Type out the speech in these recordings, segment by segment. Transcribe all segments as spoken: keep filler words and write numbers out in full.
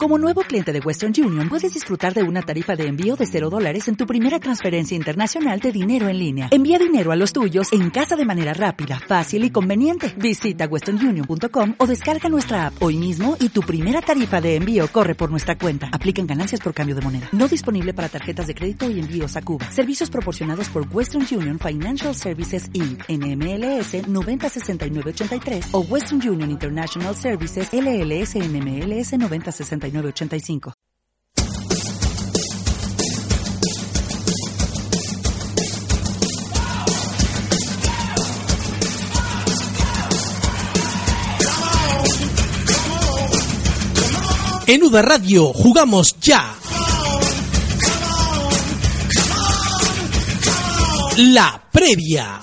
Como nuevo cliente de Western Union, puedes disfrutar de una tarifa de envío de cero dólares en tu primera transferencia internacional de dinero en línea. Envía dinero a los tuyos en casa de manera rápida, fácil y conveniente. Visita western union punto com o descarga nuestra app hoy mismo y tu primera tarifa de envío corre por nuestra cuenta. Aplican ganancias por cambio de moneda. No disponible para tarjetas de crédito y envíos a Cuba. Servicios proporcionados por Western Union Financial Services incorporated. N M L S noventa sesenta y nueve ochenta y tres o Western Union International Services L L S N M L S noventa sesenta y nueve ochenta y cinco. En U D A Radio jugamos ya. La previa.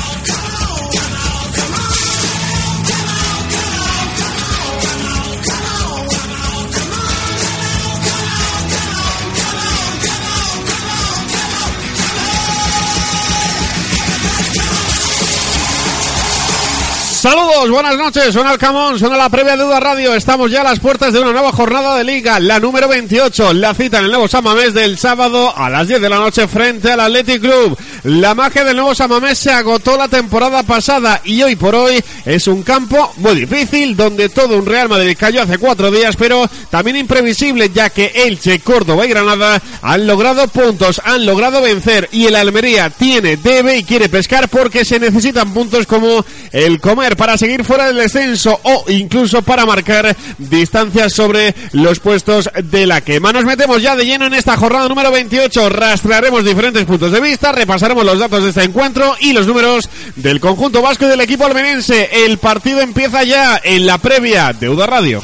Saludos, buenas noches, suena el Camón, suena la previa de U D A Radio. Estamos ya a las puertas de una nueva jornada de Liga, la número veintiocho, la cita en el nuevo San Mamés del sábado a las diez de la noche frente al Athletic Club. La magia del nuevo San Mamés se agotó la temporada pasada y hoy por hoy es un campo muy difícil, donde todo un Real Madrid cayó hace cuatro días, pero también imprevisible, ya que Elche, Córdoba y Granada han logrado puntos, han logrado vencer, y el Almería tiene, debe y quiere pescar, porque se necesitan puntos como el Comer para seguir fuera del descenso o incluso para marcar distancias sobre los puestos de la quema. Nos metemos ya de lleno en esta jornada número veintiocho, rastrearemos diferentes puntos de vista, repasaremos los datos de este encuentro y los números del conjunto vasco y del equipo almeriense. El partido empieza ya en la previa de U D A Radio.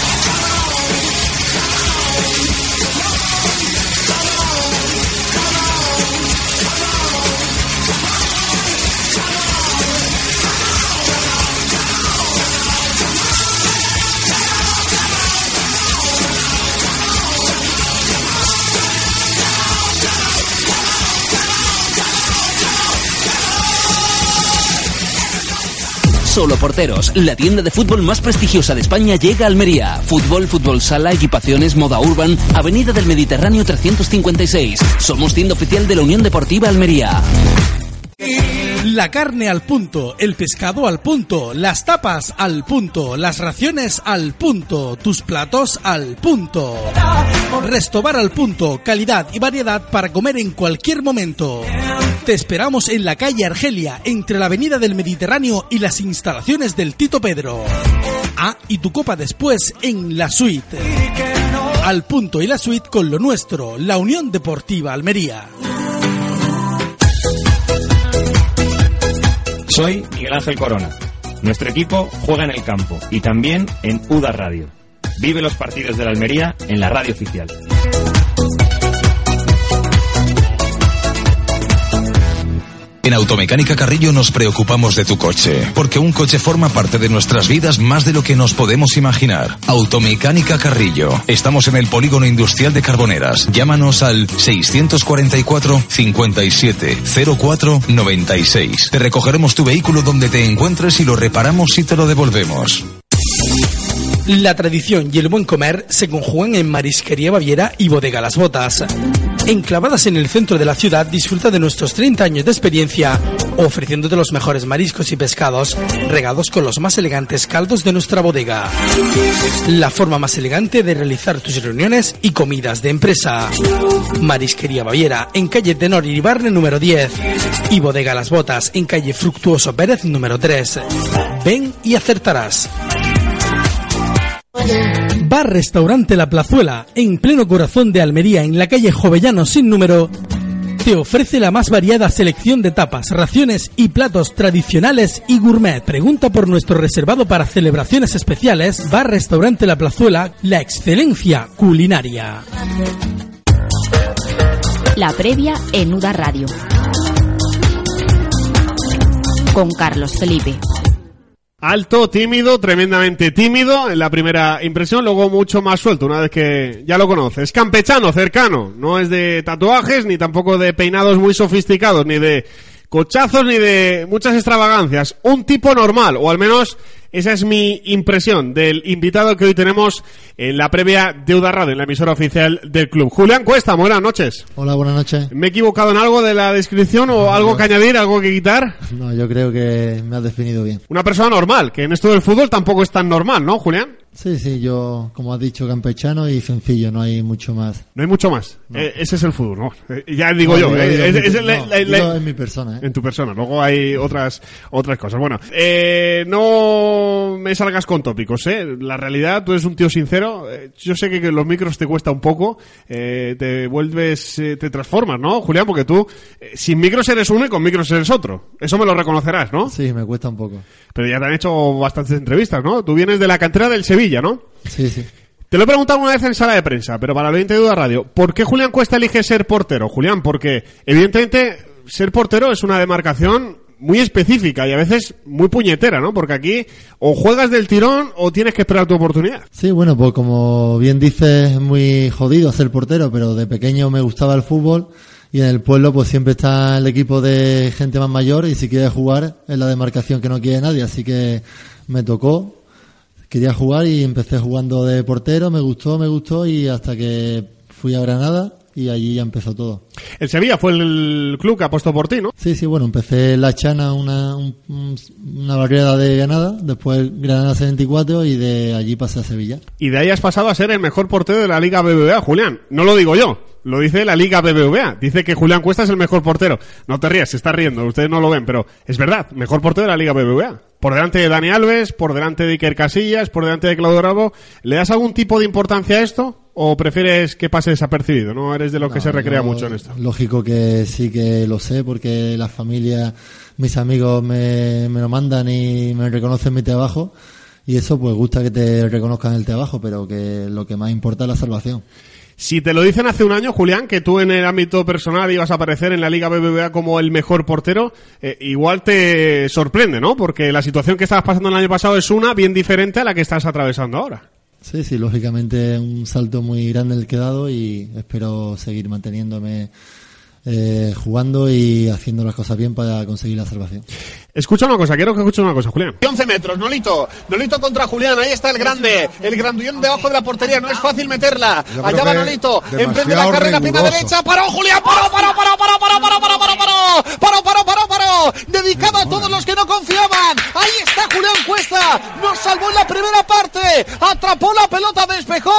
Solo Porteros, la tienda de fútbol más prestigiosa de España, llega a Almería. Fútbol, fútbol sala, equipaciones, moda urban, Avenida del Mediterráneo trescientos cincuenta y seis. Somos tienda oficial de la Unión Deportiva Almería. La carne al punto, el pescado al punto, las tapas al punto, las raciones al punto, tus platos al punto. Restobar al punto, calidad y variedad para comer en cualquier momento. Te esperamos en la calle Argelia, entre la Avenida del Mediterráneo y las instalaciones del Tito Pedro. Ah, y tu copa después en La Suite. Al punto y La Suite con lo nuestro, la Unión Deportiva Almería. Soy Miguel Ángel Corona. Nuestro equipo juega en el campo y también en U D A Radio. Vive los partidos de la Almería en la radio oficial. En Automecánica Carrillo nos preocupamos de tu coche, porque un coche forma parte de nuestras vidas más de lo que nos podemos imaginar. Automecánica Carrillo. Estamos en el Polígono Industrial de Carboneras. Llámanos al seiscientos cuarenta y cuatro, cincuenta y siete, cero cuatro, noventa y seis. Te recogeremos tu vehículo donde te encuentres y lo reparamos y te lo devolvemos. La tradición y el buen comer se conjugan en Marisquería Baviera y Bodega Las Botas. Enclavadas en el centro de la ciudad, disfruta de nuestros treinta años de experiencia, ofreciéndote los mejores mariscos y pescados, regados con los más elegantes caldos de nuestra bodega. La forma más elegante de realizar tus reuniones y comidas de empresa. Marisquería Baviera, en calle Tenor Iribarne número diez, y Bodega Las Botas, en calle Fructuoso Pérez número tres. Ven y acertarás. Bar Restaurante La Plazuela, en pleno corazón de Almería, en la calle Jovellano sin número, te ofrece la más variada selección de tapas, raciones y platos tradicionales y gourmet. Pregunta por nuestro reservado para celebraciones especiales. Bar Restaurante La Plazuela, la excelencia culinaria. La previa en U D A Radio con Carlos Felipe. Alto, tímido, tremendamente tímido en la primera impresión, luego mucho más suelto una vez que ya lo conoces. Campechano, cercano, no es de tatuajes ni tampoco de peinados muy sofisticados, ni de cochazos ni de muchas extravagancias. Un tipo normal, o al menos Esa es mi impresión del invitado que hoy tenemos en la previa de Uda Radio, en la emisora oficial del club. Julián Cuesta, buenas noches. Hola, buenas noches. ¿Me he equivocado en algo de la descripción o no, algo yo... que añadir, algo que quitar? No, yo creo que me has definido bien. Una persona normal, que en esto del fútbol tampoco es tan normal, ¿no, Julián? Sí, sí, yo, como has dicho, campechano y sencillo, no hay mucho más. No hay mucho más. No. Eh, ese es el fútbol, ¿no? Eh, ya digo no, yo. Digo, eh, digo, es, mi, es, no, la, la, digo la, en mi persona, ¿eh? En tu persona. Luego hay otras otras cosas. Bueno, eh, no me salgas con tópicos, ¿eh? La realidad, tú eres un tío sincero. Eh, yo sé que, que los micros te cuesta un poco. Eh, te vuelves, eh, te transformas, ¿no, Julián? Porque tú, eh, sin micros eres uno y con micros eres otro. Eso me lo reconocerás, ¿no? Sí, me cuesta un poco. Pero ya te han hecho bastantes entrevistas, ¿no? Tú vienes de la cantera del Sevilla, ¿no? Sí, sí. Te lo he preguntado una vez en sala de prensa, pero para el oyente de Uda Radio, ¿por qué Julián Cuesta elige ser portero, Julián? Porque, evidentemente, ser portero es una demarcación muy específica y a veces muy puñetera, ¿no? Porque aquí o juegas del tirón o tienes que esperar tu oportunidad. Sí, bueno, pues como bien dices, es muy jodido ser portero, pero de pequeño me gustaba el fútbol y en el pueblo pues siempre está el equipo de gente más mayor y si quieres jugar es la demarcación que no quiere nadie, así que me tocó. Quería jugar y empecé jugando de portero, me gustó, me gustó y hasta que fui a Granada y allí ya empezó todo. El Sevilla fue el club que apostó por ti, ¿no? Sí, sí, bueno, empecé en La Chana, una, un, una barriada de Granada, después Granada setenta y cuatro y de allí pasé a Sevilla. Y de ahí has pasado a ser el mejor portero de la Liga B B V A, Julián. No lo digo yo, lo dice la Liga B B V A. Dice que Julián Cuesta es el mejor portero. No te rías, se está riendo, ustedes no lo ven, pero es verdad, mejor portero de la Liga B B V A. Por delante de Dani Alves, por delante de Iker Casillas, por delante de Claudio Bravo. ¿Le das algún tipo de importancia a esto? ¿O prefieres que pase desapercibido? ¿No eres de los no, que se recrea mucho en esto? Lógico que sí que lo sé, porque la familia, mis amigos me, me lo mandan y me reconocen mi trabajo. Y eso pues gusta que te reconozcan el trabajo, pero que lo que más importa es la salvación. Si te lo dicen hace un año, Julián, que tú en el ámbito personal ibas a aparecer en la Liga B B V A como el mejor portero, eh, igual te sorprende, ¿no? Porque la situación que estabas pasando el año pasado es una bien diferente a la que estás atravesando ahora. Sí, sí, lógicamente un salto muy grande el que he dado y espero seguir manteniéndome eh, jugando y haciendo las cosas bien para conseguir la salvación. Escucha una cosa, quiero que escuches una cosa, Julián. once metros, Nolito, Nolito contra Julián, ahí está el grande, el grandullón debajo de la portería, no es fácil meterla. Allá va Nolito, emprende la carrera, pierna derecha, paró Julián, paró, paró, paró, paró, paró, paró, paró, paró, paró, paró, paró, paró, paró, dedicado a todos los que no confiaban. Ahí está Julián Cuesta, nos salvó en la primera parte, atrapó la pelota, despejó,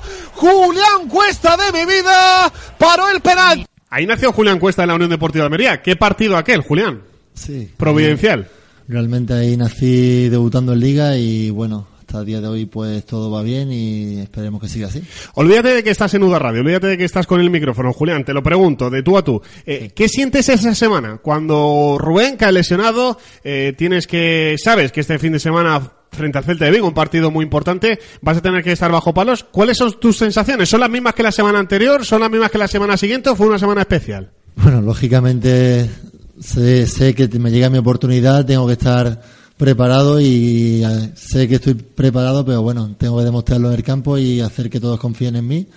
Julián Cuesta de mi vida, paró el penal. Ahí nació Julián Cuesta en la Unión Deportiva de Almería. ¿Qué partido aquel, Julián? Sí. Providencial. Realmente ahí nací debutando en Liga y bueno, hasta el día de hoy pues todo va bien y esperemos que siga así. Olvídate de que estás en Uda Radio, olvídate de que estás con el micrófono, Julián, te lo pregunto, de tú a tú. Eh, ¿Qué sientes esa semana? Cuando Rubén cae lesionado, eh, tienes que, sabes que este fin de semana frente al Celta de Vigo, un partido muy importante, vas a tener que estar bajo palos. ¿Cuáles son tus sensaciones? ¿Son las mismas que la semana anterior? ¿Son las mismas que la semana siguiente o fue una semana especial? Bueno, lógicamente sé, sé que me llega mi oportunidad, tengo que estar preparado y sé que estoy preparado, pero bueno, tengo que demostrarlo en el campo y hacer que todos confíen en mí.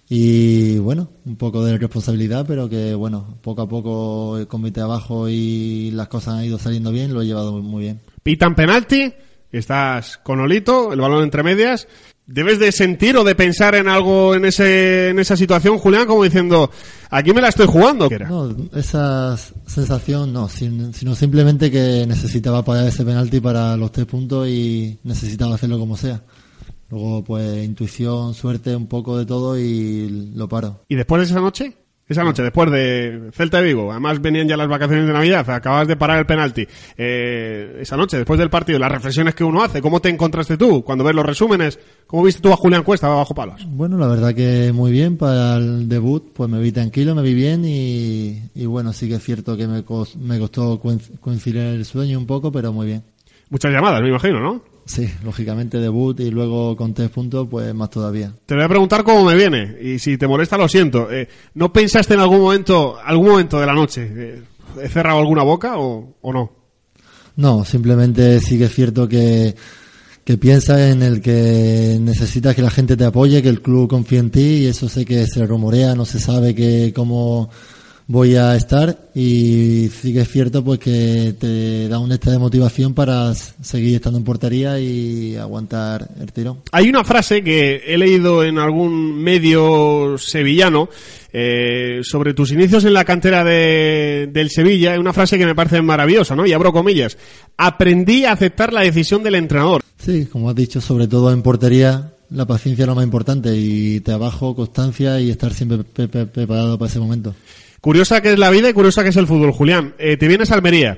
Y bueno, un poco de responsabilidad, pero que bueno, poco a poco con mi trabajo y las cosas han ido saliendo bien, lo he llevado muy, muy bien. Pitan penalti. Estás con Olito, el balón entre medias. ¿Debes de sentir o de pensar en algo en ese en esa situación, Julián, como diciendo, aquí me la estoy jugando? No, esa sensación no, sino simplemente que necesitaba pagar ese penalti para los tres puntos y necesitaba hacerlo como sea. Luego, pues, intuición, suerte, un poco de todo y lo paro. ¿Y después de esa noche? Esa noche, después de Celta de Vigo, además venían ya las vacaciones de Navidad, acabas de parar el penalti. Eh, esa noche, después del partido, las reflexiones que uno hace, ¿cómo te encontraste tú? Cuando ves los resúmenes, ¿cómo viste tú a Julián Cuesta bajo palos? Bueno, la verdad que muy bien, para el debut, pues me vi tranquilo, me vi bien y, y bueno, sí que es cierto que me, cos, me costó coincidir el sueño un poco, pero muy bien. Muchas llamadas, me imagino, ¿no? Sí, lógicamente debut y luego con tres puntos, pues más todavía. Te voy a preguntar cómo me viene y si te molesta lo siento. Eh, ¿No pensaste en algún momento, algún momento de la noche, eh, he cerrado alguna boca o, o no? No, simplemente sí que es cierto que, que piensas en el que necesitas que la gente te apoye, que el club confíe en ti y eso sé que se rumorea, no se sabe que cómo voy a estar, y sí que es cierto pues que te da un extra de motivación para seguir estando en portería y aguantar el tirón. Hay una frase que he leído en algún medio sevillano eh, sobre tus inicios en la cantera de, del Sevilla, una frase que me parece maravillosa, ¿no? Y abro comillas: aprendí a aceptar la decisión del entrenador. Sí, como has dicho, sobre todo en portería la paciencia es lo más importante, y trabajo, constancia y estar siempre pre- pre- preparado para ese momento. Curiosa que es la vida y curiosa que es el fútbol, Julián. Eh, te vienes a Almería,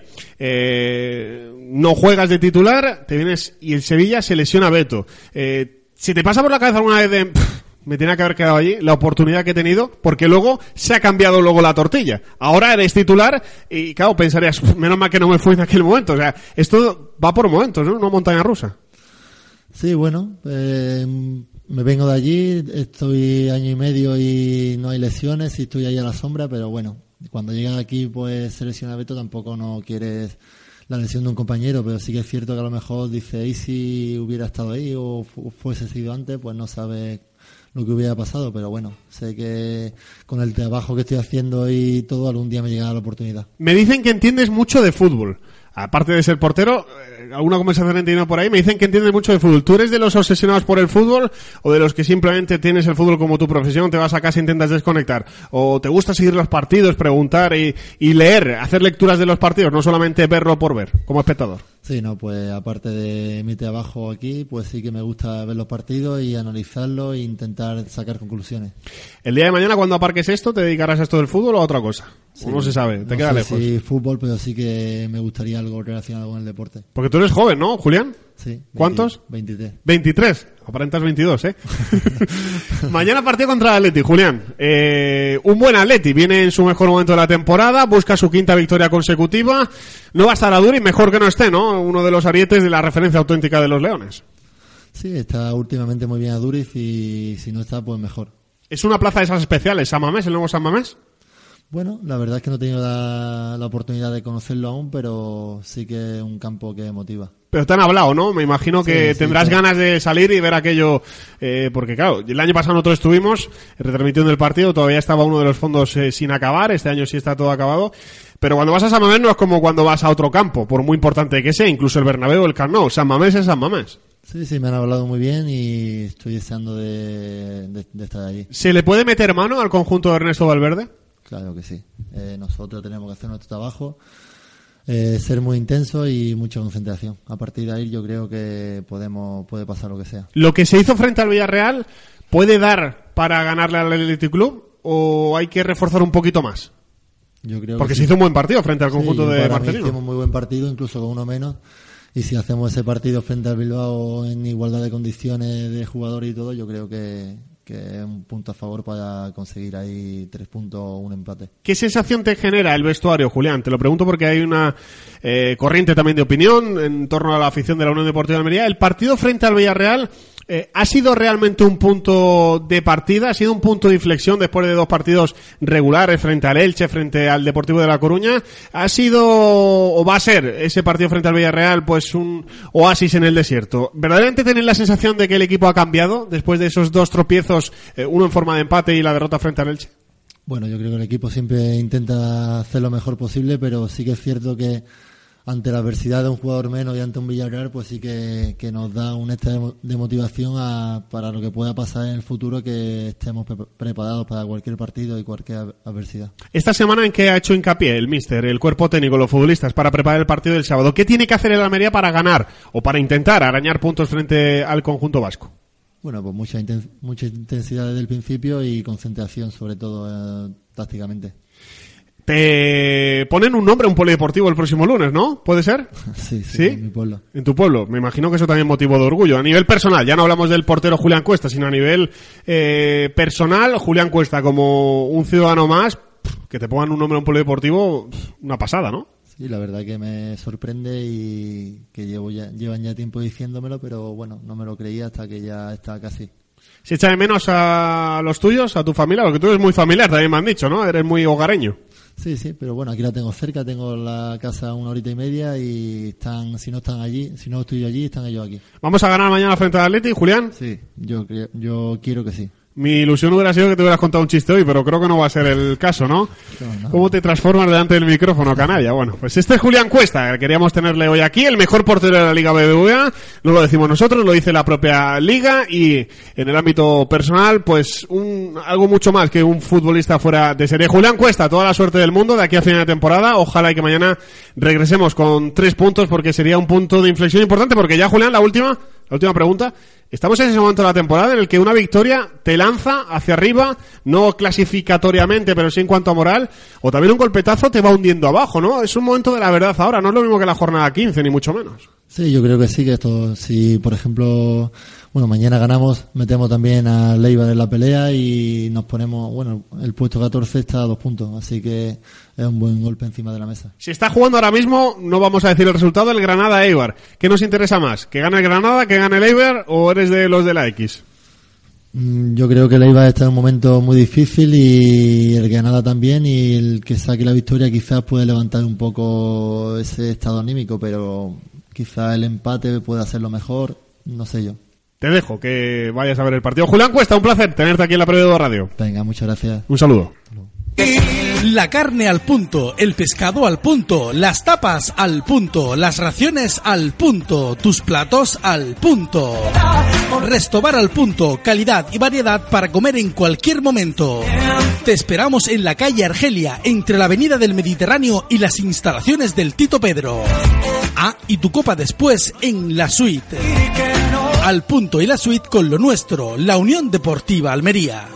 eh, no juegas de titular, te vienes y el Sevilla se lesiona a Beto. Eh, ¿Se te pasa por la cabeza alguna vez de pff, me tenía que haber quedado allí, la oportunidad que he tenido? Porque luego se ha cambiado luego la tortilla. Ahora eres titular y claro, pensarías, menos mal que no me fui en aquel momento. O sea, esto va por momentos, ¿no? Una montaña rusa. Sí, bueno, eh, me vengo de allí, estoy año y medio y no hay lesiones y estoy ahí a la sombra, pero bueno, cuando llegas aquí pues se lesiona Beto, tampoco no quieres la lesión de un compañero, pero sí que es cierto que a lo mejor dice, ¿y si hubiera estado ahí o fu- fuese sido antes? Pues no sabes lo que hubiera pasado, pero bueno, sé que con el trabajo que estoy haciendo y todo, algún día me llegará la oportunidad. Me dicen que entiendes mucho de fútbol. Aparte de ser portero, eh, alguna conversación he tenido por ahí, me dicen que entiendes mucho de fútbol. ¿Tú eres de los obsesionados por el fútbol o de los que simplemente tienes el fútbol como tu profesión, te vas a casa e intentas desconectar? ¿O te gusta seguir los partidos, preguntar y, y leer, hacer lecturas de los partidos, no solamente verlo por ver, como espectador? Sí, no, pues aparte de mi trabajo aquí, pues sí que me gusta ver los partidos y analizarlos e intentar sacar conclusiones. El día de mañana, cuando aparques esto, ¿te dedicarás a esto del fútbol o a otra cosa? Sí, O no se sabe, te no queda sé lejos. si fútbol, pero sí que me gustaría algo relacionado con el deporte. Porque tú eres joven, ¿no, Julián? Sí. ¿Cuántos? veintitrés. veintitrés. Aparentas veintidós, ¿eh? Mañana partido contra el Atleti, Julián. Eh, un buen Atleti, viene en su mejor momento de la temporada, busca su quinta victoria consecutiva. No va a estar a Duri, mejor que no esté, ¿no? Uno de los arietes de la referencia auténtica de los Leones. Sí, está últimamente muy bien a Duriz y si no está, pues mejor. ¿Es una plaza de esas especiales, San Mamés, el nuevo San Mamés? Bueno, la verdad es que no he tenido la, la oportunidad de conocerlo aún, pero sí que es un campo que motiva. Pero te han hablado, ¿no? Me imagino que sí, tendrás sí, ganas de salir y ver aquello, eh, porque claro, el año pasado nosotros estuvimos retransmitiendo el partido, todavía estaba uno de los fondos eh, sin acabar, este año sí está todo acabado, pero cuando vas a San Mamés no es como cuando vas a otro campo, por muy importante que sea, incluso el Bernabéu o el Camp Nou. San Mamés es San Mamés. Sí, sí, me han hablado muy bien y estoy deseando de, de, de estar allí. ¿Se le puede meter mano al conjunto de Ernesto Valverde? Claro que sí. Eh, nosotros tenemos que hacer nuestro trabajo, eh, ser muy intenso y mucha concentración. A partir de ahí yo creo que podemos puede pasar lo que sea. ¿Lo que se hizo frente al Villarreal puede dar para ganarle al Athletic Club o hay que reforzar un poquito más? Yo creo Porque que se sí. hizo un buen partido frente al conjunto sí, de para Marcelino. mí hicimos muy buen partido, incluso con uno menos. Y si hacemos ese partido frente al Bilbao en igualdad de condiciones de jugadores y todo, yo creo que, que es un punto a favor para conseguir ahí tres puntos o un empate. ¿Qué sensación te genera el vestuario, Julián? Te lo pregunto porque hay una eh, corriente también de opinión en torno a la afición de la Unión Deportiva de Almería. El partido frente al Villarreal eh, ¿ha sido realmente un punto de partida? ¿Ha sido un punto de inflexión después de dos partidos regulares frente al Elche, frente al Deportivo de La Coruña? ¿Ha sido o va a ser ese partido frente al Villarreal pues un oasis en el desierto? ¿Verdaderamente tenéis la sensación de que el equipo ha cambiado después de esos dos tropiezos, eh, uno en forma de empate y la derrota frente al Elche? Bueno, yo creo que el equipo siempre intenta hacer lo mejor posible, pero sí que es cierto que ante la adversidad de un jugador menos y ante un Villarreal, pues sí que, que nos da un extra de motivación a, para lo que pueda pasar en el futuro, que estemos pre- preparados para cualquier partido y cualquier adversidad. Esta semana, ¿en qué ha hecho hincapié el míster, el cuerpo técnico, los futbolistas para preparar el partido del sábado? ¿Qué tiene que hacer el Almería para ganar o para intentar arañar puntos frente al conjunto vasco? Bueno, pues mucha, inten- mucha intensidad desde el principio y concentración, sobre todo eh, tácticamente. Te ponen un nombre a un polideportivo el próximo lunes, ¿no? ¿Puede ser? Sí, sí, ¿Sí? en mi pueblo. En tu pueblo. Me imagino que eso también es motivo de orgullo. A nivel personal, ya no hablamos del portero Julián Cuesta, sino a nivel eh, personal, Julián Cuesta como un ciudadano más, que te pongan un nombre a un polideportivo, una pasada, ¿no? Sí, la verdad que me sorprende y que llevo ya, llevan ya tiempo diciéndomelo, pero bueno, no me lo creía hasta que ya está casi. ¿Se echa de menos a los tuyos, a tu familia? Porque tú eres muy familiar, también me han dicho, ¿no? Eres muy hogareño. Sí, sí, pero bueno, aquí la tengo cerca, tengo la casa una horita y media y están, si no están allí, si no estoy yo allí, están ellos aquí. ¿Vamos a ganar mañana frente al Atleti, Julián? Sí, yo creo, yo quiero que sí. Mi ilusión hubiera sido que te hubieras contado un chiste hoy, pero creo que no va a ser el caso, ¿no? No, no. ¿Cómo te transformas delante del micrófono, canalla? Bueno, pues este es Julián Cuesta, queríamos tenerle hoy aquí, el mejor portero de la Liga B B V A, no lo decimos nosotros, lo dice la propia Liga, y en el ámbito personal, pues un algo mucho más que un futbolista fuera de serie. Julián Cuesta, toda la suerte del mundo de aquí a final de temporada, ojalá y que mañana regresemos con tres puntos, porque sería un punto de inflexión importante, porque ya, Julián, la última... La última pregunta. Estamos en ese momento de la temporada en el que una victoria te lanza hacia arriba, no clasificatoriamente, pero sí en cuanto a moral, o también un golpetazo te va hundiendo abajo, ¿no? Es un momento de la verdad ahora, no es lo mismo que la jornada quince, ni mucho menos. Sí, yo creo que sí, que esto, si por ejemplo, bueno, mañana ganamos, metemos también a Leibar en la pelea y nos ponemos, bueno, el puesto catorce está a dos puntos, así que es un buen golpe encima de la mesa. Si está jugando ahora mismo, no vamos a decir el resultado, el Granada-Eibar. ¿Qué nos interesa más? ¿Que gane el Granada, que gane el Eibar o eres de los de la X? Yo creo que el Eibar está en un momento muy difícil y el Granada también, y el que saque la victoria quizás puede levantar un poco ese estado anímico, pero quizás el empate puede hacerlo mejor, no sé yo. Te dejo que vayas a ver el partido. Julián Cuesta, un placer tenerte aquí en la Previa de Radio. Venga, muchas gracias. Un saludo. La carne al punto, el pescado al punto, las tapas al punto, las raciones al punto, tus platos al punto. Restobar al punto, calidad y variedad para comer en cualquier momento. Te esperamos en la calle Argelia, entre la avenida del Mediterráneo y las instalaciones del Tito Pedro. Ah, y tu copa después en La Suite. Al punto y La Suite con lo nuestro, la Unión Deportiva Almería.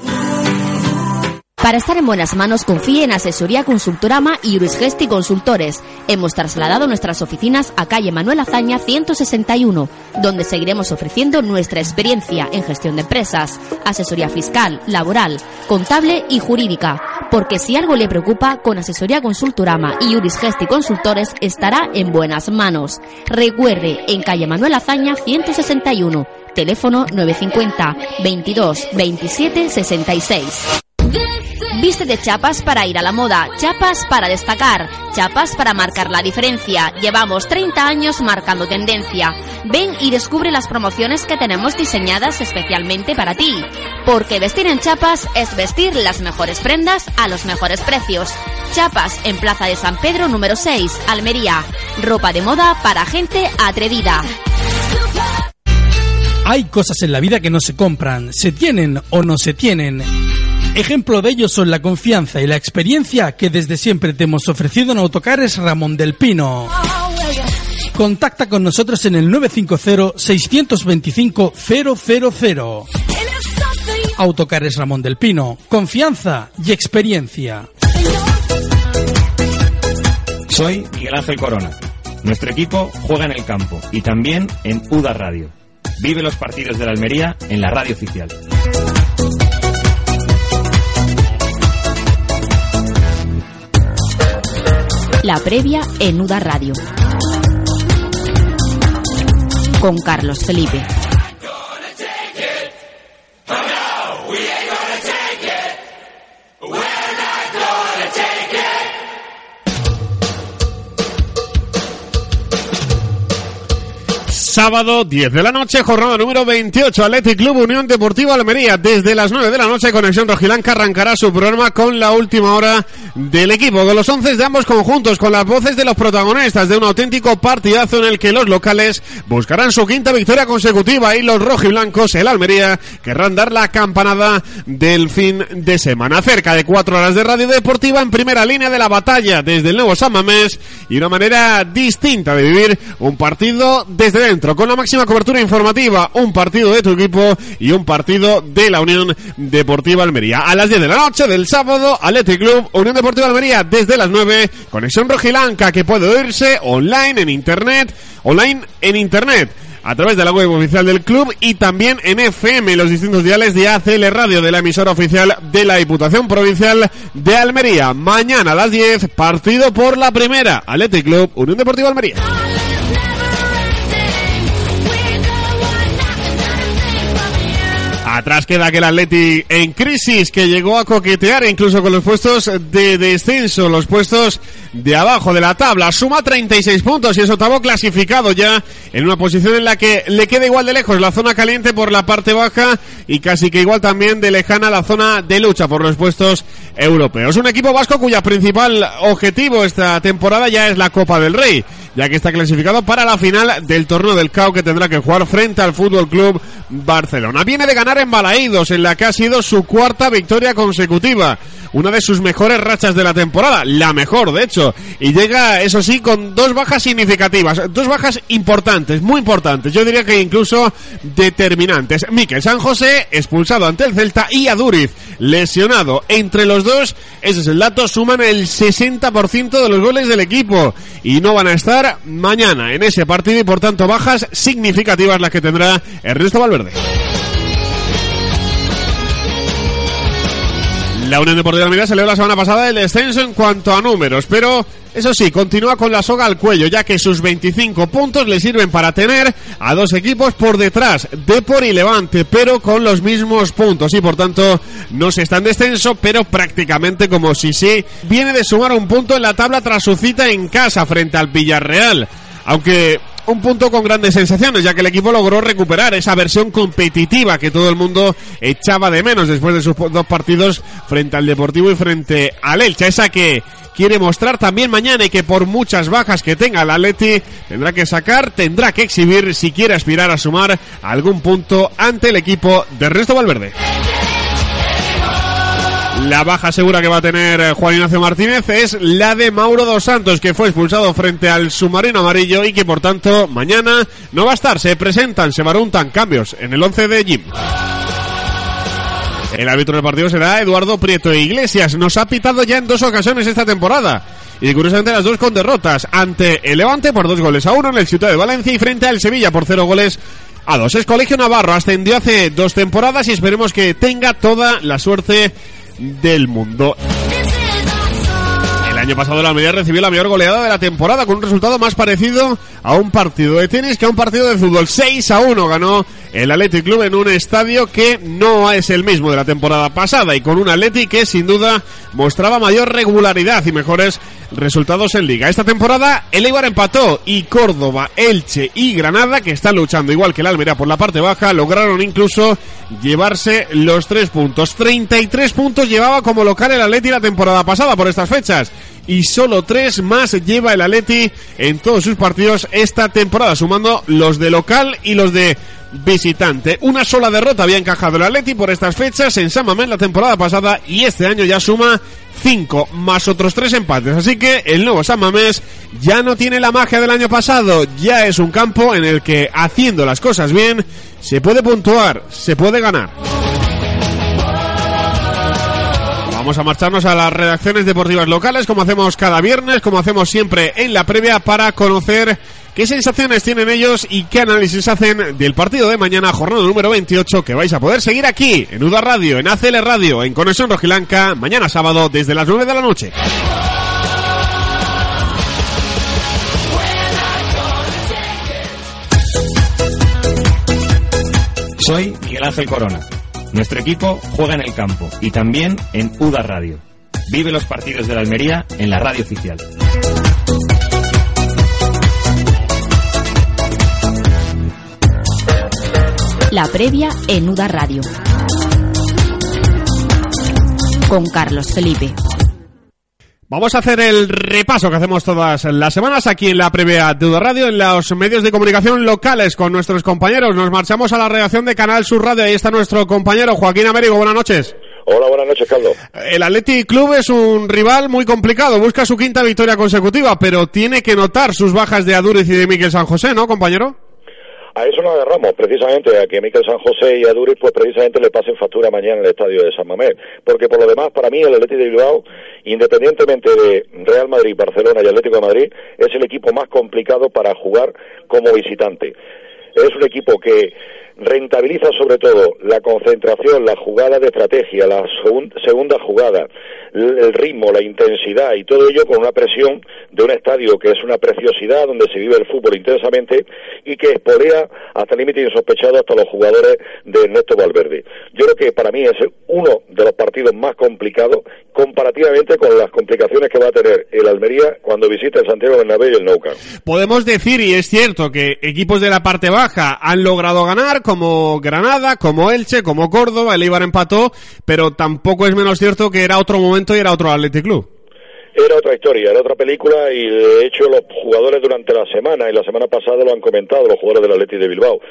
Para estar en buenas manos, confíe en Asesoría Consultorama y Urisgesti Consultores. Hemos trasladado nuestras oficinas a calle Manuel Azaña ciento sesenta y uno, donde seguiremos ofreciendo nuestra experiencia en gestión de empresas, asesoría fiscal, laboral, contable y jurídica. Porque si algo le preocupa, con Asesoría Consultorama y Urisgesti Consultores estará en buenas manos. Recuerde, en calle Manuel Azaña ciento sesenta y uno, teléfono nueve cinco cero, veintidós, veintisiete, sesenta y seis. Viste de chapas para ir a la moda, chapas para destacar, chapas para marcar la diferencia. Llevamos treinta años marcando tendencia. Ven y descubre las promociones que tenemos diseñadas especialmente para ti. Porque vestir en chapas es vestir las mejores prendas a los mejores precios. Chapas en Plaza de San Pedro número seis, Almería. Ropa de moda para gente atrevida. Hay cosas en la vida que no se compran, se tienen o no se tienen. Ejemplo de ello son la confianza y la experiencia que desde siempre te hemos ofrecido en Autocares Ramón del Pino. Contacta con nosotros en el nueve cinco cero, seis dos cinco, cero cero cero. Autocares Ramón del Pino, confianza y experiencia. Soy Miguel Ángel Corona. Nuestro equipo juega en el campo y también en UDA Radio. Vive los partidos de la Almería en la radio oficial. La previa en UDA Radio. Con Carlos Felipe. Sábado, diez de la noche, jornada número veintiocho, Athletic Club Unión Deportiva Almería. Desde las nueve de la noche, Conexión Rojiblanca arrancará su programa con la última hora del equipo, con los once de ambos conjuntos, con las voces de los protagonistas de un auténtico partidazo en el que los locales buscarán su quinta victoria consecutiva y los rojiblancos, el Almería, querrán dar la campanada del fin de semana. Cerca de cuatro horas de radio deportiva en primera línea de la batalla desde el nuevo San Mamés y una manera distinta de vivir un partido desde dentro, con la máxima cobertura informativa, un partido de tu equipo y un partido de la Unión Deportiva Almería. A las diez de la noche del sábado, Athletic Club Unión Deportiva Almería desde las nueve, Conexión Rojiblanca, que puede oírse online en internet, online en internet, a través de la web oficial del club y también en F M, los distintos diales de A C L Radio, de la emisora oficial de la Diputación Provincial de Almería. Mañana a las diez, partido por la primera, Athletic Club Unión Deportiva Almería. Atrás queda aquel Atleti en crisis que llegó a coquetear incluso con los puestos de descenso, los puestos de abajo de la tabla. Suma treinta y seis puntos y es octavo clasificado ya en una posición en la que le queda igual de lejos la zona caliente por la parte baja y casi que igual también de lejana la zona de lucha por los puestos europeos. Un equipo vasco cuya principal objetivo esta temporada ya es la Copa del Rey, ya que está clasificado para la final del torneo del C A O que tendrá que jugar frente al Fútbol Club Barcelona. Viene de ganar en Balaídos, en la que ha sido su cuarta victoria consecutiva, una de sus mejores rachas de la temporada, la mejor de hecho, y llega eso sí con dos bajas significativas, dos bajas importantes, muy importantes, yo diría que incluso determinantes. Mikel San José expulsado ante el Celta y Aduriz lesionado. Entre los dos, ese es el dato, suman el sesenta por ciento de los goles del equipo y no van a estar mañana en ese partido y por tanto bajas significativas las que tendrá Ernesto Valverde. La Unión Deportiva Almería se le dio la semana pasada el descenso en cuanto a números, pero eso sí, continúa con la soga al cuello, ya que sus veinticinco puntos le sirven para tener a dos equipos por detrás, Depor y Levante, pero con los mismos puntos y por tanto no se está en descenso, pero prácticamente como si sí viene de sumar un punto en la tabla tras su cita en casa frente al Villarreal, aunque un punto con grandes sensaciones, ya que el equipo logró recuperar esa versión competitiva que todo el mundo echaba de menos después de sus dos partidos frente al Deportivo y frente al Elche, esa que quiere mostrar también mañana y que por muchas bajas que tenga el Atleti tendrá que sacar, tendrá que exhibir si quiere aspirar a sumar algún punto ante el equipo de Ernesto Valverde. La baja segura que va a tener Juan Ignacio Martínez es la de Mauro dos Santos, que fue expulsado frente al submarino amarillo y que por tanto mañana no va a estar. Se presentan, se baruntan cambios en el once de Jim. El árbitro del partido será Eduardo Prieto Iglesias. Nos ha pitado ya en dos ocasiones esta temporada y curiosamente las dos con derrotas, ante el Levante por dos goles a uno en el Ciudad de Valencia y frente al Sevilla por cero goles a dos. Es Colegio Navarro, ascendió hace dos temporadas y esperemos que tenga toda la suerte del mundo. El año pasado la Almería recibió la mayor goleada de la temporada con un resultado más parecido a un partido de tenis que a un partido de fútbol. seis a uno ganó el Athletic Club en un estadio que no es el mismo de la temporada pasada y con un Athletic que sin duda mostraba mayor regularidad y mejores resultados en Liga. Esta temporada el Eibar empató y Córdoba, Elche y Granada, que están luchando igual que el Almería por la parte baja, lograron incluso llevarse los tres puntos. treinta y tres puntos llevaba como local el Atleti la temporada pasada por estas fechas y solo tres más lleva el Atleti en todos sus partidos esta temporada, sumando los de local y los de visitante. Una sola derrota había encajado el Atleti por estas fechas en San Mamés la temporada pasada y este año ya suma cinco más otros tres empates, así que el nuevo San Mamés ya no tiene la magia del año pasado, ya es un campo en el que haciendo las cosas bien se puede puntuar, se puede ganar. Vamos a marcharnos a las redacciones deportivas locales, como hacemos cada viernes, como hacemos siempre en la previa, para conocer qué sensaciones tienen ellos y qué análisis hacen del partido de mañana, jornada número veintiocho, que vais a poder seguir aquí, en U D A Radio, en A C L Radio, en Conexión Rojiblanca, mañana sábado, desde las nueve de la noche. Soy Miguel Ángel Corona. Nuestro equipo juega en el campo y también en U D A Radio. Vive los partidos de la Almería en la radio oficial. La previa en U D A Radio. Con Carlos Felipe. Vamos a hacer el repaso que hacemos todas las semanas aquí en la previa de U D A Radio, en los medios de comunicación locales con nuestros compañeros. Nos marchamos a la redacción de Canal Sur Radio. Ahí está nuestro compañero Joaquín Américo. Buenas noches. Hola, buenas noches, Carlos. El Athletic Club es un rival muy complicado. Busca su quinta victoria consecutiva, pero tiene que notar sus bajas de Aduriz y de Mikel San José, ¿no, compañero? A eso nos agarramos, precisamente, a que Mikel San José y Aduriz pues precisamente le pasen factura mañana en el estadio de San Mamés, porque por lo demás, para mí, el Athletic de Bilbao, independientemente de Real Madrid, Barcelona y Atlético de Madrid, es el equipo más complicado para jugar como visitante. es un equipo que rentabiliza sobre todo la concentración, la jugada de estrategia, la segun, segunda jugada, el ritmo, la intensidad y todo ello con una presión de un estadio que es una preciosidad, donde se vive el fútbol intensamente y que espolea hasta límite insospechado hasta los jugadores de Ernesto Valverde. Yo creo que para mí es uno de los partidos más complicados comparativamente con las complicaciones que va a tener el Almería cuando visite el Santiago Bernabéu y el Nou Camp. Podemos decir, y es cierto, que equipos de la parte baja han logrado ganar, como Granada, como Elche, como Córdoba, el Eibar empató, pero tampoco es menos cierto que era otro momento y era otro Athletic Club. Era otra historia, era otra película y de hecho los jugadores durante la semana y la semana pasada lo han comentado, los jugadores del Athletic de Bilbao.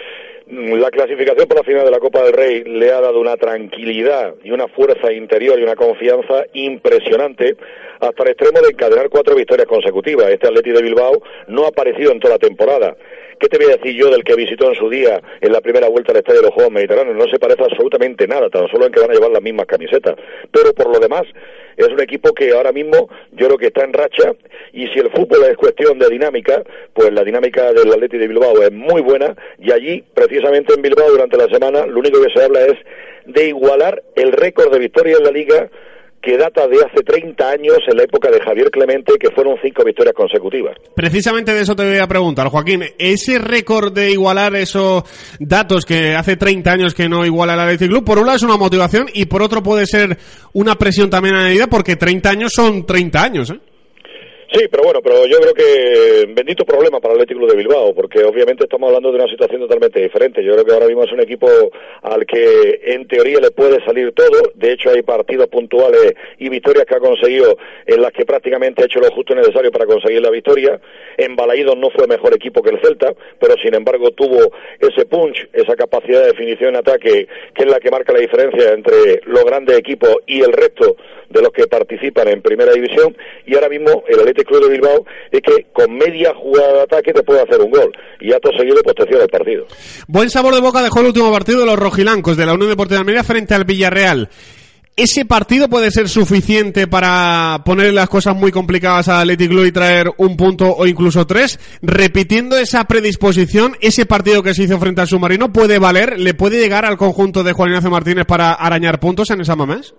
La clasificación por la final de la Copa del Rey le ha dado una tranquilidad y una fuerza interior y una confianza impresionante hasta el extremo de encadenar cuatro victorias consecutivas. Este Athletic de Bilbao no ha aparecido en toda la temporada. ¿Qué te voy a decir yo del que visitó en su día en la primera vuelta al Estadio de los Juegos Mediterráneos? No se parece absolutamente nada, tan solo en que van a llevar las mismas camisetas. Pero por lo demás, es un equipo que ahora mismo yo creo que está en racha, y si el fútbol es cuestión de dinámica, pues la dinámica del Athletic de Bilbao es muy buena, y allí, precisamente en Bilbao, durante la semana, lo único que se habla es de igualar el récord de victorias en la Liga, que data de hace treinta años, en la época de Javier Clemente, que fueron cinco victorias consecutivas. Precisamente de eso te voy a preguntar, Joaquín. Ese récord de igualar esos datos que hace treinta años que no iguala el Athletic Club, por un lado es una motivación y por otro puede ser una presión también añadida, porque treinta años son treinta años, ¿eh? Sí, pero bueno, pero yo creo que bendito problema para el Athletic Club de Bilbao, porque obviamente estamos hablando de una situación totalmente diferente. Yo creo que ahora mismo es un equipo al que en teoría le puede salir todo. De hecho, hay partidos puntuales y victorias que ha conseguido en las que prácticamente ha hecho lo justo y necesario para conseguir la victoria. En Balaídos no fue mejor equipo que el Celta, pero sin embargo tuvo ese punch, esa capacidad de definición en ataque, que es la que marca la diferencia entre los grandes equipos y el resto de los que participan en Primera División. Y ahora mismo el Athletic Club de Bilbao es que con media jugada de ataque te puede hacer un gol, y acto seguido pues te cierra el partido. Buen sabor de boca dejó el último partido de los rojilancos de la Unión Deportiva de Almería frente al Villarreal. ¿Ese partido puede ser suficiente para poner las cosas muy complicadas al Athletic Club y traer un punto o incluso tres? Repitiendo esa predisposición, ese partido que se hizo frente al Submarino, ¿puede valer? ¿Le puede llegar al conjunto de Juan Ignacio Martínez para arañar puntos en esa Mamés?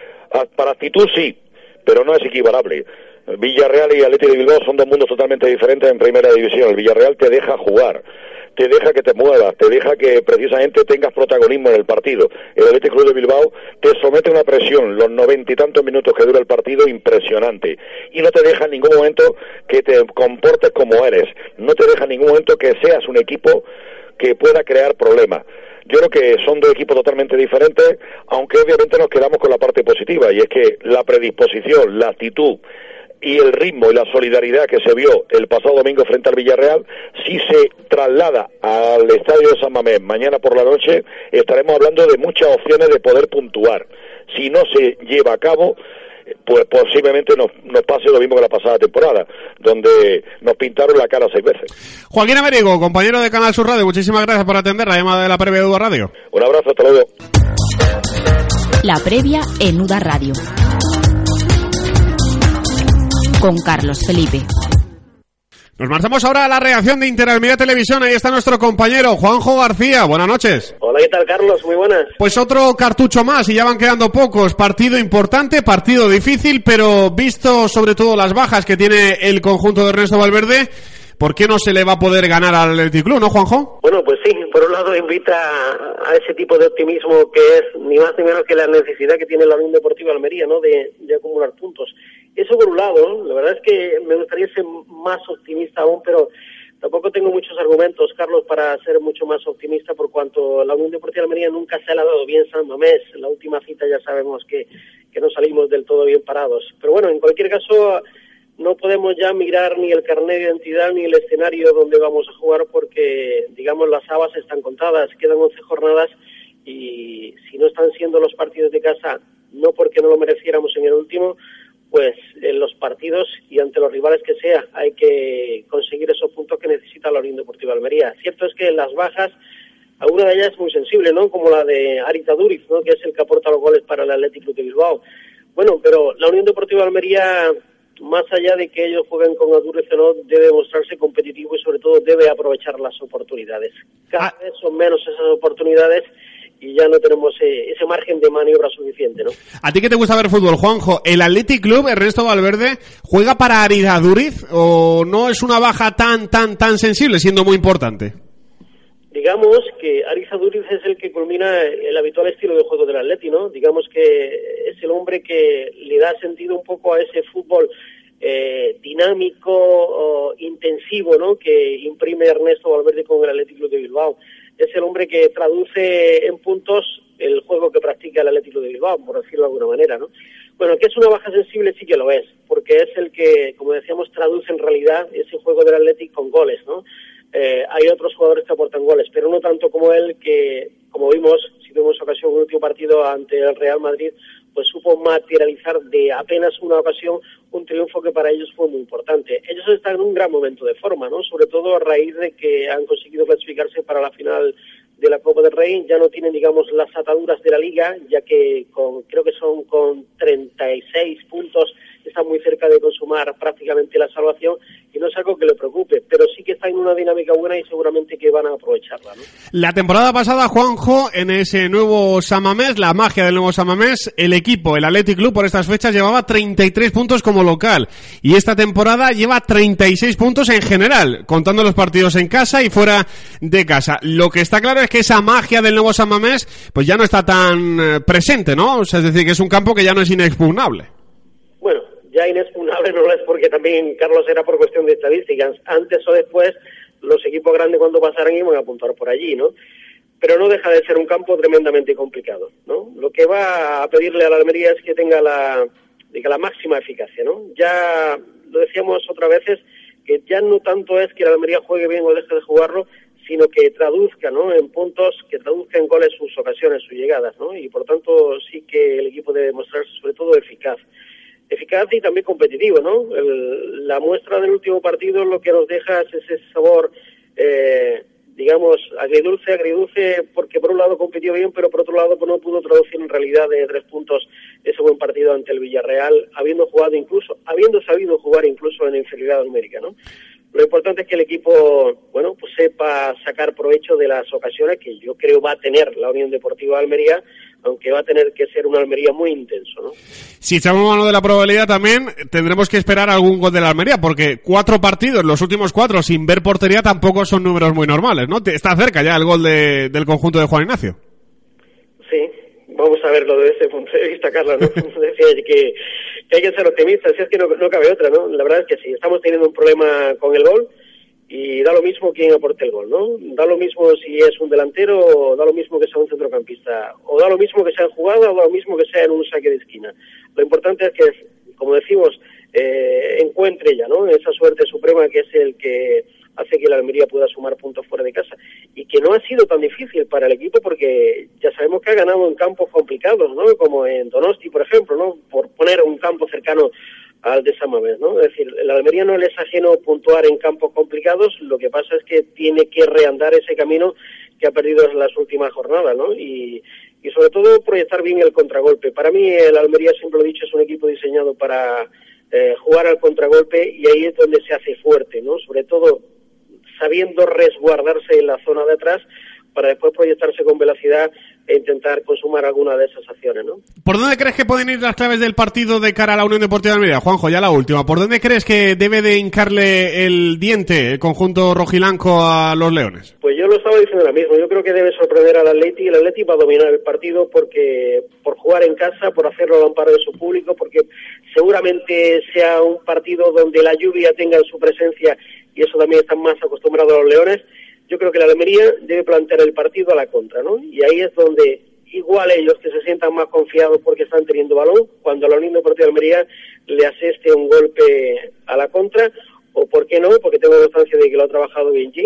Para actitud sí, pero no es equivalable. Villarreal y Athletic de Bilbao son dos mundos totalmente diferentes en Primera División. El Villarreal te deja jugar, te deja que te muevas, te deja que precisamente tengas protagonismo en el partido. El Athletic Club de Bilbao te somete a una presión, los noventa y tantos minutos que dura el partido, impresionante. Y no te deja en ningún momento que te comportes como eres. No te deja en ningún momento que seas un equipo que pueda crear problemas. Yo creo que son dos equipos totalmente diferentes, aunque obviamente nos quedamos con la parte positiva, y es que la predisposición, la actitud y el ritmo y la solidaridad que se vio el pasado domingo frente al Villarreal, si se traslada al estadio de San Mamés mañana por la noche, estaremos hablando de muchas opciones de poder puntuar. Si no se lleva a cabo, pues posiblemente nos, nos pase lo mismo que la pasada temporada, donde nos pintaron la cara seis veces. Joaquín Américo, compañero de Canal Sur Radio, muchísimas gracias por atender la llamada de la previa de U D A Radio. Un abrazo, hasta luego. La previa en U D A Radio, con Carlos Felipe. Nos marchamos ahora a la reacción de Interalmería Televisión. Ahí está nuestro compañero Juanjo García. Buenas noches. Hola, ¿qué tal, Carlos? Muy buenas. Pues otro cartucho más y ya van quedando pocos. Partido importante, partido difícil, pero visto sobre todo las bajas que tiene el conjunto de Ernesto Valverde, ¿por qué no se le va a poder ganar al Athletic Club, no, Juanjo? Bueno, pues sí, por un lado invita a ese tipo de optimismo que es ni más ni menos que la necesidad que tiene la Unión Deportiva Almería, ¿no?, de, de acumular puntos. Eso por un lado, ¿no? La verdad es que me gustaría ser más optimista aún, pero tampoco tengo muchos argumentos, Carlos, para ser mucho más optimista, por cuanto la Unión Deportiva Almería nunca se ha dado bien San Mamés. En la última cita ya sabemos que, que no salimos del todo bien parados. Pero bueno, en cualquier caso, no podemos ya mirar ni el carnet de identidad ni el escenario donde vamos a jugar, porque, digamos, las habas están contadas, quedan once jornadas, y si no están siendo los partidos de casa, no porque no lo mereciéramos en el último, pues en los partidos y ante los rivales que sea, hay que conseguir esos puntos que necesita la Unión Deportiva Almería. Cierto es que las bajas, alguna de ellas es muy sensible, ¿no?, como la de Arita Duriz, ¿no?, que es el que aporta los goles para el Athletic Club de Bilbao. Bueno, pero la Unión Deportiva Almería más allá de que ellos jueguen con Aduriz o no, debe mostrarse competitivo y sobre todo debe aprovechar las oportunidades. Cada ah. vez son menos esas oportunidades y ya no tenemos eh, ese margen de maniobra suficiente, ¿no? ¿A ti que te gusta ver fútbol, Juanjo? ¿El Athletic Club, Ernesto Valverde, juega para Arid Aduriz o no es una baja tan, tan, tan sensible, siendo muy importante? Digamos que Arid Aduriz es el que culmina el habitual estilo de juego del Atleti, ¿no? Digamos que es el hombre que le da sentido un poco a ese fútbol eh, dinámico, o intensivo, ¿no? Que imprime Ernesto Valverde con el Athletic Club de Bilbao. Es el hombre que traduce en puntos el juego que practica el Athletic Club de Bilbao, por decirlo de alguna manera, ¿no? Bueno, que es una baja sensible sí que lo es, porque es el que, como decíamos, traduce en realidad ese juego del Athletic con goles, ¿no? Eh, hay otros jugadores que aportan goles, pero no tanto como él, que, como vimos, si tuvimos ocasión en el último partido ante el Real Madrid, pues supo materializar de apenas una ocasión un triunfo que para ellos fue muy importante. Ellos están en un gran momento de forma, ¿no? Sobre todo a raíz de que han conseguido clasificarse para la final de la Copa del Rey. Ya no tienen, digamos, las ataduras de la Liga, ya que con creo que son con treinta y seis puntos están muy cerca de consumar prácticamente la salvación y no es algo que le preocupe, pero sí que está en una dinámica buena y seguramente que van a aprovecharla, ¿no? La temporada pasada, Juanjo, en ese nuevo San Mamés, la magia del nuevo San Mamés, el equipo, el Athletic Club, por estas fechas llevaba treinta y tres puntos como local y esta temporada lleva treinta y seis puntos en general, contando los partidos en casa y fuera de casa. Lo que está claro es que esa magia del nuevo San Mamés pues ya no está tan eh, presente, ¿no? O sea, es decir, que es un campo que ya no es inexpugnable. Bueno, ya inexpugnable no lo es porque también, Carlos, era por cuestión de estadísticas. Antes o después, los equipos grandes cuando pasaran iban a apuntar por allí, ¿no? Pero no deja de ser un campo tremendamente complicado, ¿no? Lo que va a pedirle a la Almería es que tenga la, diga, la máxima eficacia, ¿no? Ya lo decíamos otras veces, que ya no tanto es que la Almería juegue bien o deje de jugarlo, sino que traduzca, ¿no?, en puntos, que traduzca en goles sus ocasiones, sus llegadas, ¿no? Y por tanto sí que el equipo debe mostrarse sobre todo eficaz. Eficaz y también competitivo, ¿no? El, la muestra del último partido lo que nos deja es ese sabor, eh, digamos, agridulce, agridulce, porque por un lado compitió bien, pero por otro lado pues no pudo traducir en realidad de tres puntos ese buen partido ante el Villarreal, habiendo jugado incluso, habiendo sabido jugar incluso en inferioridad numérica, ¿no? Lo importante es que el equipo, bueno, pues sepa sacar provecho de las ocasiones que yo creo va a tener la Unión Deportiva de Almería, aunque va a tener que ser una Almería muy intenso, ¿no? Si echamos mano de la probabilidad también, tendremos que esperar algún gol de la Almería, porque cuatro partidos, los últimos cuatro, sin ver portería, tampoco son números muy normales, ¿no? Está cerca ya el gol de, del conjunto de Juan Ignacio. Sí, vamos a verlo desde ese punto de vista, Carlos, ¿no? Decía que, que hay que ser optimistas, si es que no, no cabe otra, ¿no? La verdad es que sí, estamos teniendo un problema con el gol, y da lo mismo quién aporte el gol, ¿no? Da lo mismo si es un delantero, o da lo mismo que sea un centrocampista, o da lo mismo que sea en jugada, o da lo mismo que sea en un saque de esquina. Lo importante es que, como decimos, eh, encuentre ya, ¿no?, esa suerte suprema que es el que hace que la Almería pueda sumar puntos fuera de casa. Y que no ha sido tan difícil para el equipo porque ya sabemos que ha ganado en campos complicados, ¿no?, como en Donosti, por ejemplo, ¿no?, por poner un campo cercano al de San Mamés, ¿no? Es decir, el Almería no le es ajeno puntuar en campos complicados, lo que pasa es que tiene que reandar ese camino que ha perdido en las últimas jornadas, ¿no? Y, y sobre todo proyectar bien el contragolpe. Para mí el Almería, siempre lo he dicho, es un equipo diseñado para eh, jugar al contragolpe y ahí es donde se hace fuerte, ¿no? Sobre todo sabiendo resguardarse en la zona de atrás para después proyectarse con velocidad e intentar consumar alguna de esas acciones, ¿no? ¿Por dónde crees que pueden ir las claves del partido de cara a la Unión Deportiva de Almería? Juanjo, ya la última. ¿Por dónde crees que debe de hincarle el diente el conjunto rojilanco a los Leones? Pues yo lo estaba diciendo ahora mismo. Yo creo que debe sorprender al Atleti y el Atleti va a dominar el partido porque por jugar en casa, por hacerlo al amparo de su público, porque seguramente sea un partido donde la lluvia tenga su presencia y eso también están más acostumbrados a los Leones. Yo creo que la Almería debe plantear el partido a la contra, ¿no? Y ahí es donde igual ellos que se sientan más confiados porque están teniendo balón, cuando la Unión Deportiva de Almería le aseste un golpe a la contra, o por qué no, porque tengo constancia de que lo ha trabajado bien G,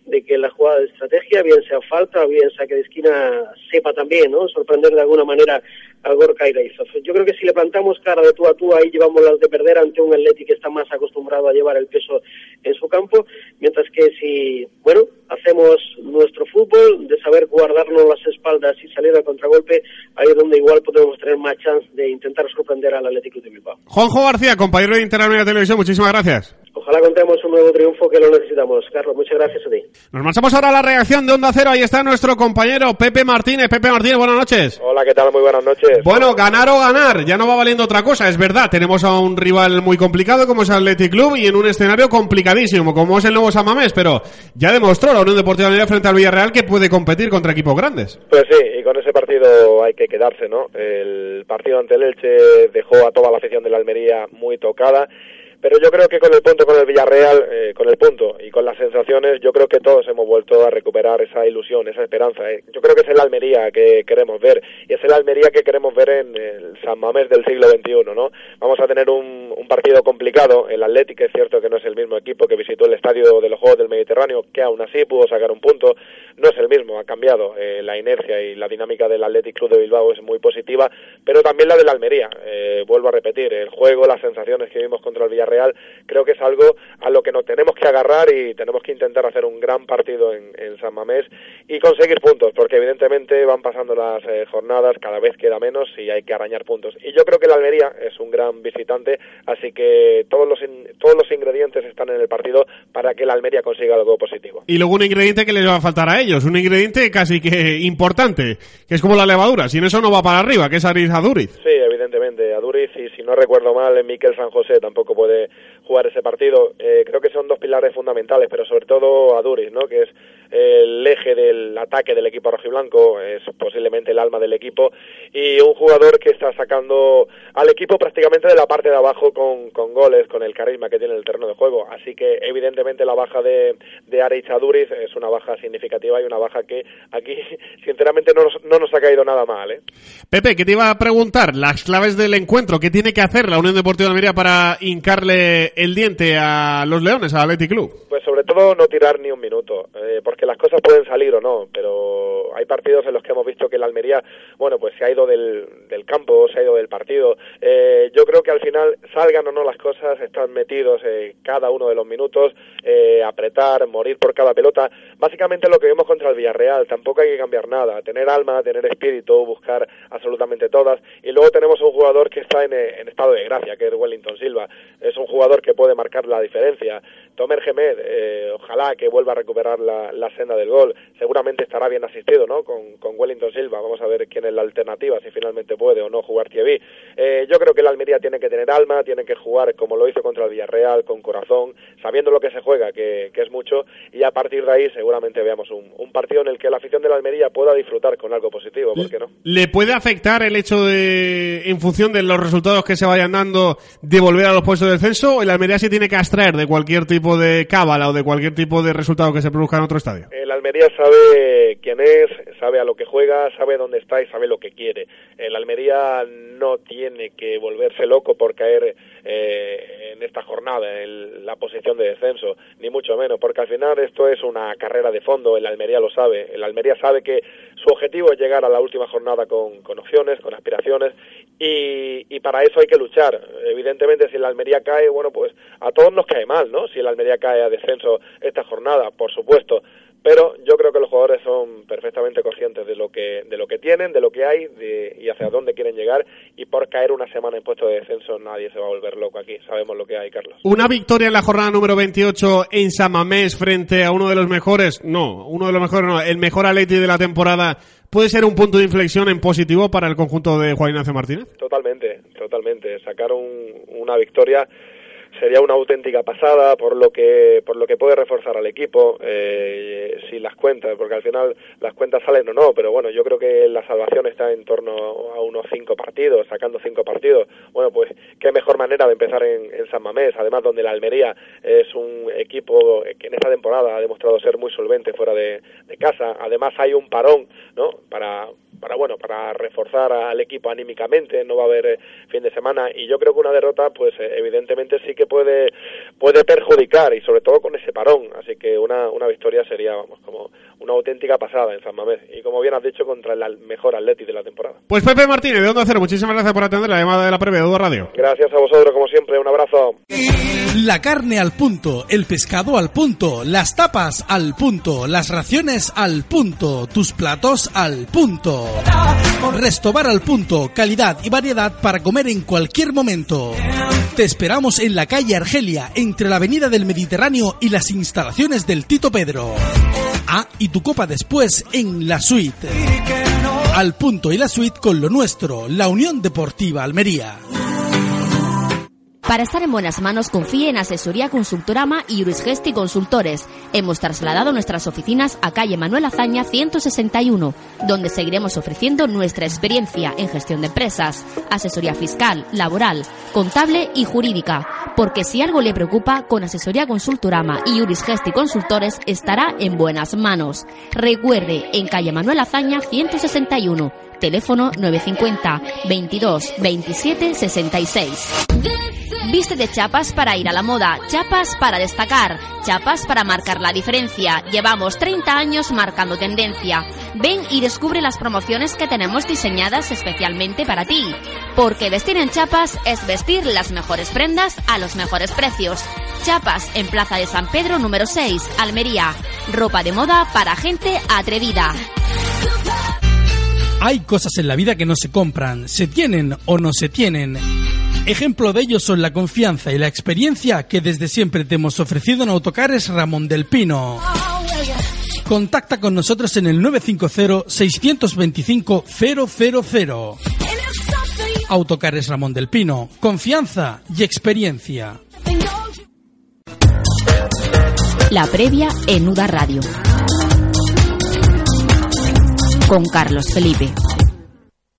de que la jugada de estrategia, bien sea falta o bien saque de esquina, sepa también, ¿no? Sorprender de alguna manera al Gorka Iraizov. Yo creo que si le plantamos cara de tú a tú, ahí llevamos las de perder ante un Atleti que está más acostumbrado a llevar el peso en su campo, mientras que si, bueno, hacemos nuestro fútbol, de saber guardarnos las espaldas y salir al contragolpe, ahí es donde igual podemos tener más chance de intentar sorprender al Atlético de Bilbao. Juanjo García, compañero de Interamérica Televisión, muchísimas gracias. Ojalá contemos un nuevo triunfo que lo necesitamos. Carlos, muchas gracias a ti. Nos marchamos ahora a la reacción de Onda Cero. Ahí está nuestro compañero Pepe Martínez. Pepe Martínez, buenas noches. Hola, ¿qué tal? Muy buenas noches. Bueno, ganar o ganar, ya no va valiendo otra cosa, es verdad. Tenemos a un rival muy complicado como es el Athletic Club y en un escenario complicadísimo como es el nuevo San Mamés, pero ya demostró la Unión Deportiva Almería frente al Villarreal que puede competir contra equipos grandes. Pues sí, y con ese partido hay que quedarse, ¿no? El partido ante el Elche dejó a toda la afición de la Almería muy tocada. Pero yo creo que con el punto con el Villarreal, eh, con el punto y con las sensaciones, yo creo que todos hemos vuelto a recuperar esa ilusión, esa esperanza. Eh. Yo creo que es el Almería que queremos ver, y es el Almería que queremos ver en el San Mamés del siglo veintiuno, ¿no? Vamos a tener un, un partido complicado. El Athletic es cierto que no es el mismo equipo que visitó el estadio de los Juegos del Mediterráneo, que aún así pudo sacar un punto. No es el mismo, ha cambiado. Eh, la inercia y la dinámica del Athletic Club de Bilbao es muy positiva, pero también la del Almería. Eh, vuelvo a repetir, el juego, las sensaciones que vimos contra el Villarreal, Real, creo que es algo a lo que nos tenemos que agarrar y tenemos que intentar hacer un gran partido en, en San Mamés y conseguir puntos, porque evidentemente van pasando las eh, jornadas, cada vez queda menos y hay que arañar puntos. Y yo creo que la Almería es un gran visitante, así que todos los in, todos los ingredientes están en el partido para que la Almería consiga algo positivo. Y luego un ingrediente que les va a faltar a ellos, un ingrediente casi que importante, que es como la levadura, sin eso no va para arriba, que es Aris Aduriz. Sí, evidentemente, Aduriz, y si no recuerdo mal, Miquel San José tampoco puede jugar ese partido. Eh, creo que son dos pilares fundamentales, pero sobre todo Aduriz, ¿no? Que es el eje del ataque del equipo rojiblanco, es posiblemente el alma del equipo, y un jugador que está sacando al equipo prácticamente de la parte de abajo con, con goles, con el carisma que tiene en el terreno de juego. Así que evidentemente la baja de, de Aris Aduriz es una baja significativa y una baja que aquí sinceramente no nos, no nos ha caído nada mal, ¿eh? Pepe, ¿qué te iba a preguntar? Las claves del encuentro, ¿qué tiene que hacer la Unión Deportiva de Almería para hincarle el diente a los Leones, al Athletic Club? Pues sobre todo no tirar ni un minuto, eh, porque las cosas pueden salir o no, pero hay partidos en los que hemos visto que la Almería, bueno, pues se ha ido del, del campo, se ha ido del partido. Eh, yo creo que al final, salgan o no las cosas, están metidos eh, cada uno de los minutos, eh, apretar, morir por cada pelota. Básicamente lo que vimos contra el Villarreal, tampoco hay que cambiar nada, tener alma, tener espíritu, buscar absolutamente todas. Y luego tenemos un jugador que está en, en estado de gracia, que es Wellington Silva. Es un jugador que puede marcar la diferencia. Tomer Gemed, eh, ojalá que vuelva a recuperar la, la senda del gol. Seguramente estará bien asistido, ¿no? Con, con Wellington Silva. Vamos a ver quién es la alternativa, si finalmente puede o no jugar Thierry. Eh, yo creo que la Almería tiene que tener alma, tiene que jugar como lo hizo contra el Villarreal, con corazón, sabiendo lo que se juega, que, que es mucho, y a partir de ahí seguramente veamos un, un partido en el que la afición de la Almería pueda disfrutar con algo positivo, ¿por qué no? ¿Le puede afectar el hecho de, en función de los resultados que se vayan dando, de volver a los puestos de descenso, o el Almería se tiene que abstraer de cualquier tipo de cábala o de cualquier tipo de resultado que se produzca en otro estadio? El Almería sabe quién es, sabe a lo que juega, sabe dónde está y sabe lo que quiere. El Almería no tiene que volverse loco por caer eh, en esta jornada en la posición de descenso, ni mucho menos, porque al final esto es una carrera de fondo. El Almería lo sabe, el Almería sabe que su objetivo es llegar a la última jornada con, con opciones, con aspiraciones, y, y para eso hay que luchar. Evidentemente, si el Almería cae, bueno, pues a todos nos cae mal, ¿no? Si el Almería cae a descenso esta jornada, por supuesto. Pero yo creo que los jugadores son perfectamente conscientes de lo que de lo que tienen, de lo que hay de, y hacia dónde quieren llegar, y por caer una semana en puesto de descenso nadie se va a volver loco aquí. Sabemos lo que hay, Carlos. Una victoria en la jornada número veintiocho en San Mamés frente a uno de los mejores, no, uno de los mejores no, el mejor Athletic de la temporada, ¿puede ser un punto de inflexión en positivo para el conjunto de Juan Ignacio Martínez? Totalmente, totalmente. Sacar un, una victoria sería una auténtica pasada por lo que por lo que puede reforzar al equipo, eh, si las cuentas, porque al final las cuentas salen o no, pero bueno, yo creo que la salvación está en torno a unos cinco partidos, sacando cinco partidos. Bueno, pues qué mejor manera de empezar en, en San Mamés, además donde la Almería es un equipo que en esta temporada ha demostrado ser muy solvente fuera de, de casa. Además hay un parón, ¿no? Para para bueno, para reforzar al equipo anímicamente. No va a haber eh, fin de semana, y yo creo que una derrota, pues eh, evidentemente sí que puede puede perjudicar, y sobre todo con ese parón. Así que una una victoria sería, vamos, como una auténtica pasada en San Mamés, y como bien has dicho, contra el mejor Atleti de la temporada. Pues Pepe Martínez, de Onda Cero, muchísimas gracias por atender la llamada de la previa de Uda Radio. Gracias a vosotros, como siempre, un abrazo. La carne al punto, el pescado al punto, las tapas al punto, las raciones al punto, tus platos al punto. Restobar al punto, calidad y variedad para comer en cualquier momento. Te esperamos en la calle Argelia, entre la avenida del Mediterráneo y las instalaciones del Tito Pedro. Ah, y tu copa después en La Suite. Al punto y La Suite con lo nuestro, la Unión Deportiva Almería. Para estar en buenas manos, confíe en Asesoría Consultorama y Iurisgesti Consultores. Hemos trasladado nuestras oficinas a calle Manuel Azaña ciento sesenta y uno, donde seguiremos ofreciendo nuestra experiencia en gestión de empresas, asesoría fiscal, laboral, contable y jurídica. Porque si algo le preocupa, con Asesoría Consultorama y Iurisgesti Consultores estará en buenas manos. Recuerde, en calle Manuel Azaña ciento sesenta y uno, teléfono nueve cinco cero, veintidós, veintisiete, sesenta y seis. Viste de chapas para ir a la moda, chapas para destacar, chapas para marcar la diferencia. Llevamos treinta años marcando tendencia. Ven y descubre las promociones que tenemos diseñadas especialmente para ti. Porque vestir en chapas es vestir las mejores prendas a los mejores precios. Chapas en Plaza de San Pedro número seis, Almería. Ropa de moda para gente atrevida. Hay cosas en la vida que no se compran, se tienen o no se tienen. Ejemplo de ello son la confianza y la experiencia que desde siempre te hemos ofrecido en Autocares Ramón del Pino. Contacta con nosotros en el nueve cinco cero, seis dos cinco, cero cero cero. Autocares Ramón del Pino, confianza y experiencia. La previa en Uda Radio. Con Carlos Felipe.